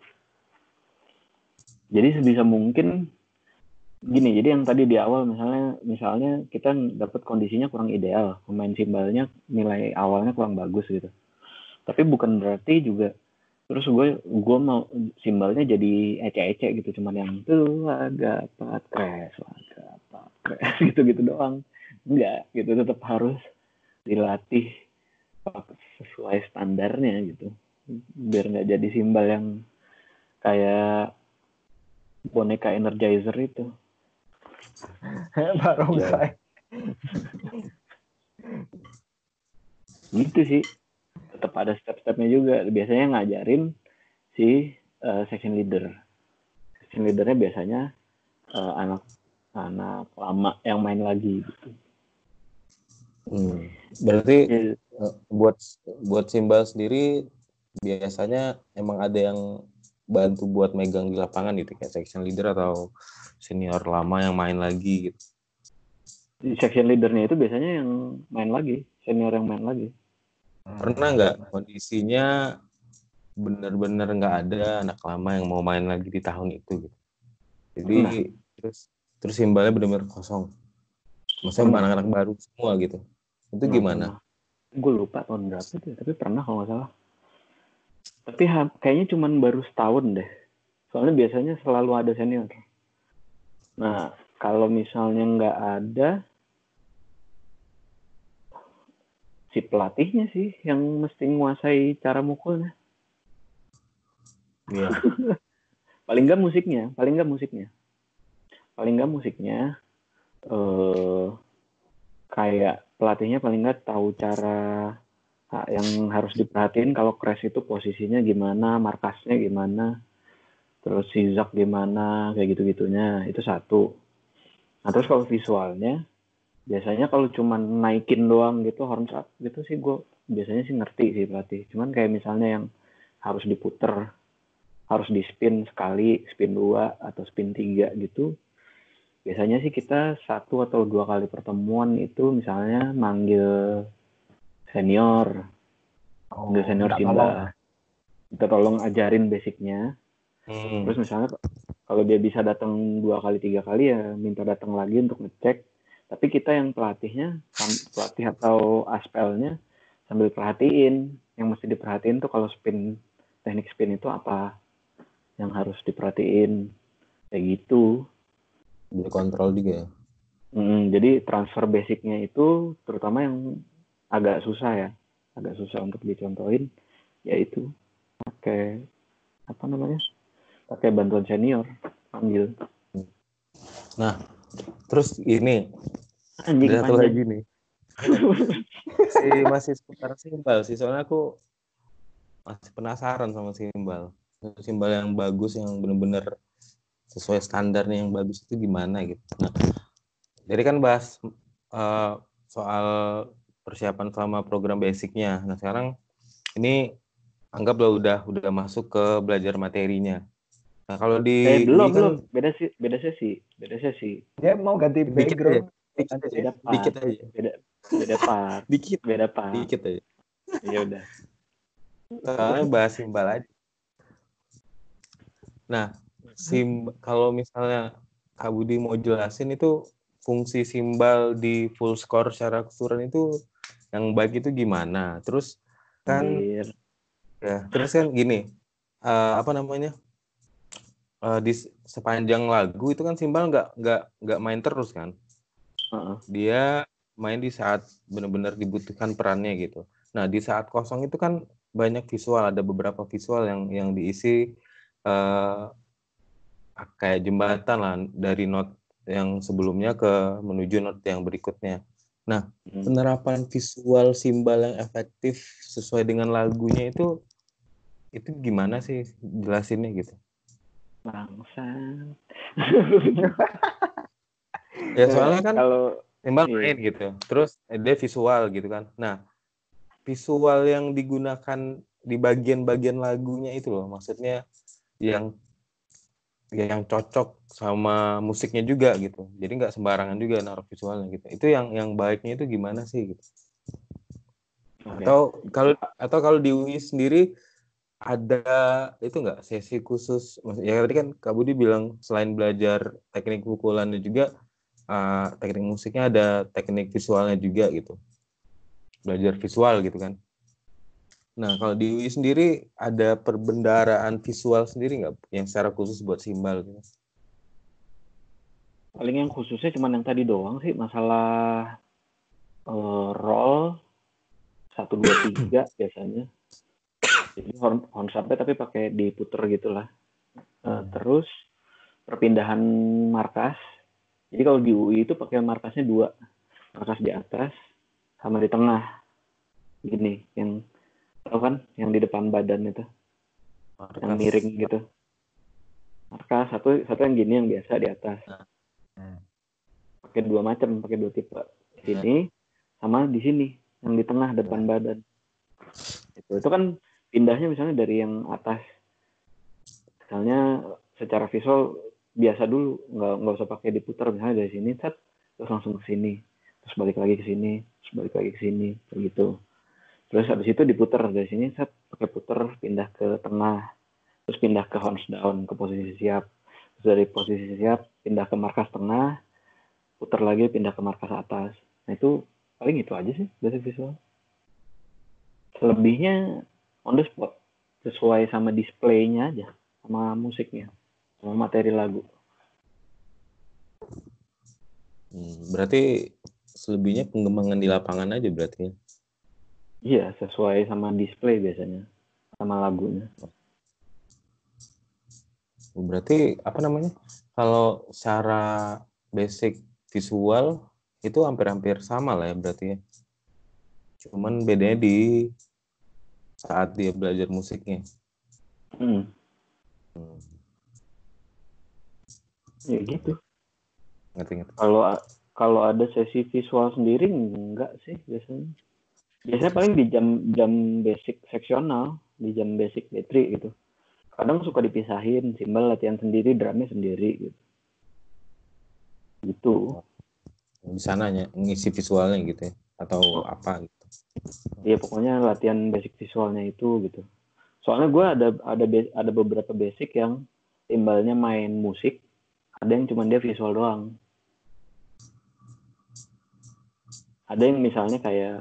Jadi sebisa mungkin gini, jadi yang tadi di awal misalnya kita dapat kondisinya kurang ideal, pemain simbalnya nilai awalnya kurang bagus gitu. Tapi bukan berarti juga terus gue mau simbalnya jadi ecek-ecek gitu, cuman yang tuh agak crash gitu doang. Enggak, gitu, tetap harus dilatih sesuai standarnya gitu, biar nggak jadi simbal yang kayak boneka Energizer itu.
Barongsai.
Gitu sih, tetap ada step-stepnya juga. Biasanya ngajarin si section leader. Section leadernya biasanya anak lama yang main lagi gitu.
Berarti buat simbal sendiri biasanya emang ada yang bantu buat megang di lapangan gitu, kayak section leader atau senior lama yang main lagi gitu.
Di section leadernya itu biasanya yang main lagi, senior yang main lagi.
Pernah nggak kondisinya benar-benar nggak ada anak lama yang mau main lagi di tahun itu gitu? Jadi terus simbalnya benar-benar kosong. Maksudnya anak-anak baru semua gitu. Itu gimana?
Gue lupa tahun berapa tuh, tapi pernah kalau nggak salah. Tapi kayaknya cuma baru setahun deh. Soalnya biasanya selalu ada senior. Nah, kalau misalnya nggak ada, si pelatihnya sih yang mesti menguasai cara mukulnya.
Iya.
Paling nggak musiknya. Kayak pelatihnya paling nggak tahu cara yang harus diperhatiin kalau crash itu posisinya gimana, markasnya gimana. terus zigzag gimana, kayak gitu-gitunya, itu satu. Nah terus kalau visualnya, biasanya kalau cuman naikin doang gitu, horns up gitu sih gue biasanya sih ngerti sih pelatih. Cuman kayak misalnya yang harus diputer, harus di spin sekali, spin 2 atau spin 3 gitu, biasanya sih kita 1 atau 2 kali pertemuan itu misalnya manggil senior
minta
Simba,
tolong.
kita tolong ajarin basicnya. Terus misalnya kalau dia bisa datang 2 kali 3 kali ya minta datang lagi untuk ngecek. Tapi kita yang pelatihnya, pelatih atau aspelnya sambil perhatiin. Yang mesti diperhatiin tuh kalau spin, teknik spin itu apa yang harus diperhatiin, kayak gitu.
Dikontrol juga ya.
Jadi transfer basicnya itu terutama yang agak susah untuk dicontohin, yaitu pakai apa namanya, pakai bantuan senior panggil.
Nah, terus ini
Anjing
ada satu
panjang.
lagi nih. Masih seputar simbal sih, soalnya aku masih penasaran sama simbal. Simbal yang bagus, yang benar-benar sesuai standarnya yang bagus itu gimana gitu. Nah, jadi kan bahas soal persiapan selama program basicnya. Nah, sekarang ini anggaplah udah masuk ke belajar materinya. Nah, kalau di UI kan
belum beda sesi.
Dia mau ganti background.
dikit aja.
Beda part.
Dikit aja.
Ya udah.
Soalnya bahas simbal aja. Nah, kalau misalnya Kak Budi mau jelasin itu fungsi simbal di full score secara keseluruhan itu yang baik itu gimana? Terus kan terus kan gini, apa namanya? Di sepanjang lagu itu kan simbal nggak main terus kan? Dia main di saat benar-benar dibutuhkan perannya gitu. Nah, di saat kosong itu kan banyak visual, ada beberapa visual yang diisi kayak jembatan lah dari not yang sebelumnya ke menuju not yang berikutnya. Nah, penerapan visual simbal yang efektif sesuai dengan lagunya itu gimana sih jelasinnya gitu?
Bangsat.
Ya soalnya kan
kalau
simbal main gitu, terus dia visual gitu kan. Nah, visual yang digunakan di bagian-bagian lagunya itu loh, maksudnya yang cocok sama musiknya juga gitu. Jadi nggak sembarangan juga naruh visualnya gitu. Itu yang baiknya itu gimana sih gitu. Atau kalau di UI sendiri ada itu nggak sesi khusus? Ya tadi kan Kak Budi bilang selain belajar teknik pukulannya juga teknik musiknya ada teknik visualnya juga gitu. Belajar visual gitu kan. Nah, kalau di UI sendiri ada perbendaharaan visual sendiri nggak yang secara khusus buat simbal gitu?
Paling yang khususnya cuma yang tadi doang sih, masalah roll 1, 2, 3 biasanya. Jadi horn sampai tapi pakai diputer gitulah. Terus perpindahan markas. Jadi kalau di UI itu pakai markasnya 2, markas di atas sama di tengah. Gini, yang tahu kan, yang di depan badan itu, markas yang miring gitu. Markas satu yang gini yang biasa di atas. Pakai 2 macam, pakai 2 tipe. Sini sama di sini yang di tengah depan badan. Itu kan pindahnya misalnya dari yang atas, misalnya secara visual biasa dulu, nggak usah pakai diputar, misalnya dari sini terus langsung ke sini, terus balik lagi ke sini, terus balik lagi ke sini, kayak gitu. Terus habis itu diputar dari sini, pakai puter pindah ke tengah, terus pindah ke horns down ke posisi siap, terus dari posisi siap pindah ke markas tengah, putar lagi pindah ke markas atas. Nah itu paling itu aja sih basic visual. Selebihnya on the spot, sesuai sama displaynya aja, sama musiknya, sama materi lagu.
Berarti selebihnya pengembangan di lapangan aja berarti.
Iya, sesuai sama display biasanya, sama lagunya.
Berarti apa namanya? Kalau secara basic visual itu hampir-hampir sama lah ya berarti ya. Cuman bedanya di saat dia belajar musiknya.
Ya gitu.
Ngerti.
Kalau ada sesi visual sendiri enggak sih biasanya. Biasanya paling di jam basic seksional, di jam basic D3 gitu. Kadang suka dipisahin, simbol latihan sendiri, drumnya sendiri gitu. Gitu.
Di sananya ngisi visualnya gitu ya atau apa gitu.
Iya pokoknya latihan basic visualnya itu gitu. Soalnya gue ada beberapa basic yang timbalnya main musik, ada yang cuma dia visual doang. Ada yang misalnya kayak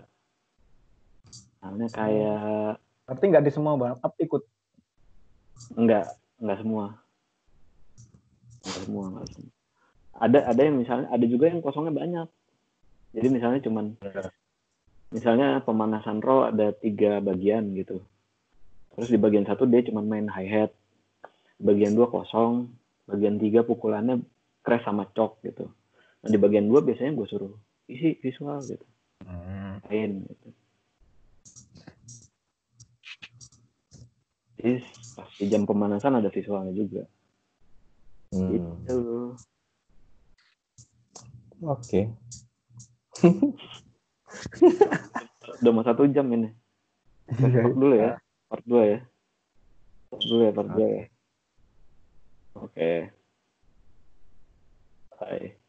Berarti nggak di semua bang, ikut.
enggak semua. Enggak semua. Ada yang misalnya, ada juga yang kosongnya banyak. Jadi misalnya pemanasan row ada 3 bagian gitu. Terus di bagian 1 dia cuma main hi-hat. Bagian 2 kosong, bagian 3 pukulannya crash sama chok gitu. Nah di bagian 2 biasanya gue suruh isi visual gitu. Main gitu. Jadi pas di jam pemanasan ada visualnya juga. Gitu.
Oke.
Udah mau 1 jam ini. Stop dulu ya. Part 2 ya. Part 2 ya. Oke. Bye.